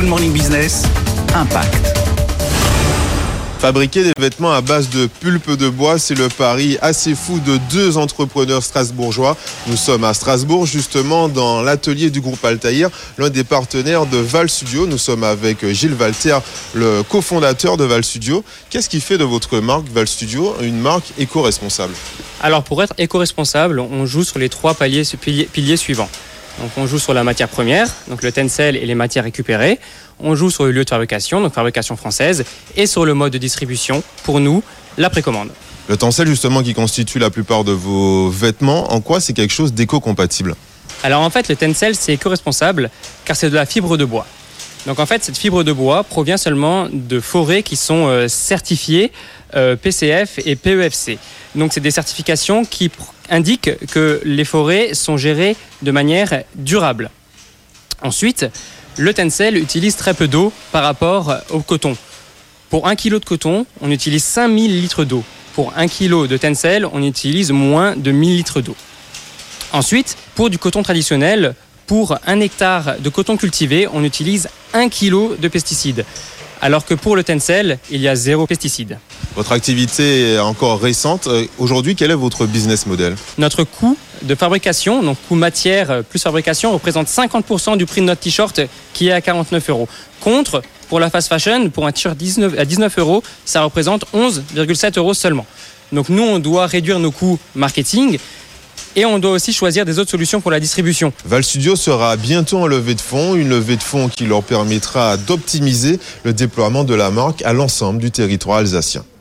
Good Morning Business, Impact. Fabriquer des vêtements à base de pulpe de bois, c'est le pari assez fou de deux entrepreneurs strasbourgeois. Nous sommes à Strasbourg, justement, dans l'atelier du groupe Altaïr, l'un des partenaires de Val Studio. Nous sommes avec Gilles Walter, le cofondateur de Val Studio. Qu'est-ce qui fait de votre marque Val Studio une marque éco-responsable ? Alors, pour être éco-responsable, on joue sur les trois piliers suivants. Donc, on joue sur la matière première, donc le tencel et les matières récupérées. On joue sur le lieu de fabrication, donc fabrication française, et sur le mode de distribution, pour nous, la précommande. Le tencel, justement, qui constitue la plupart de vos vêtements, en quoi c'est quelque chose d'éco-compatible ? Alors, en fait, le tencel, c'est éco-responsable car c'est de la fibre de bois. Donc, en fait, cette fibre de bois provient seulement de forêts qui sont certifiées PCF et PEFC. Donc, c'est des certifications qui indiquent que les forêts sont gérées de manière durable. Ensuite, le tencel utilise très peu d'eau par rapport au coton. Pour 1 kg de coton, on utilise 5000 litres d'eau. Pour 1 kg de tencel, on utilise moins de 1000 litres d'eau. Ensuite, pour du coton traditionnel, pour 1 hectare de coton cultivé, on utilise 1 kg de pesticides. Alors que pour le tencel, il y a 0 pesticides. Votre activité est encore récente. Aujourd'hui, quel est votre business model ? Notre coût de fabrication, donc coût matière plus fabrication, représente 50% du prix de notre t-shirt qui est à 49 €. Contre, pour la fast fashion, pour un t-shirt à 19 €, ça représente 11,7 € seulement. Donc nous, on doit réduire nos coûts marketing et on doit aussi choisir des autres solutions pour la distribution. Val Studio sera bientôt en levée de fonds, une levée de fonds qui leur permettra d'optimiser le déploiement de la marque à l'ensemble du territoire alsacien.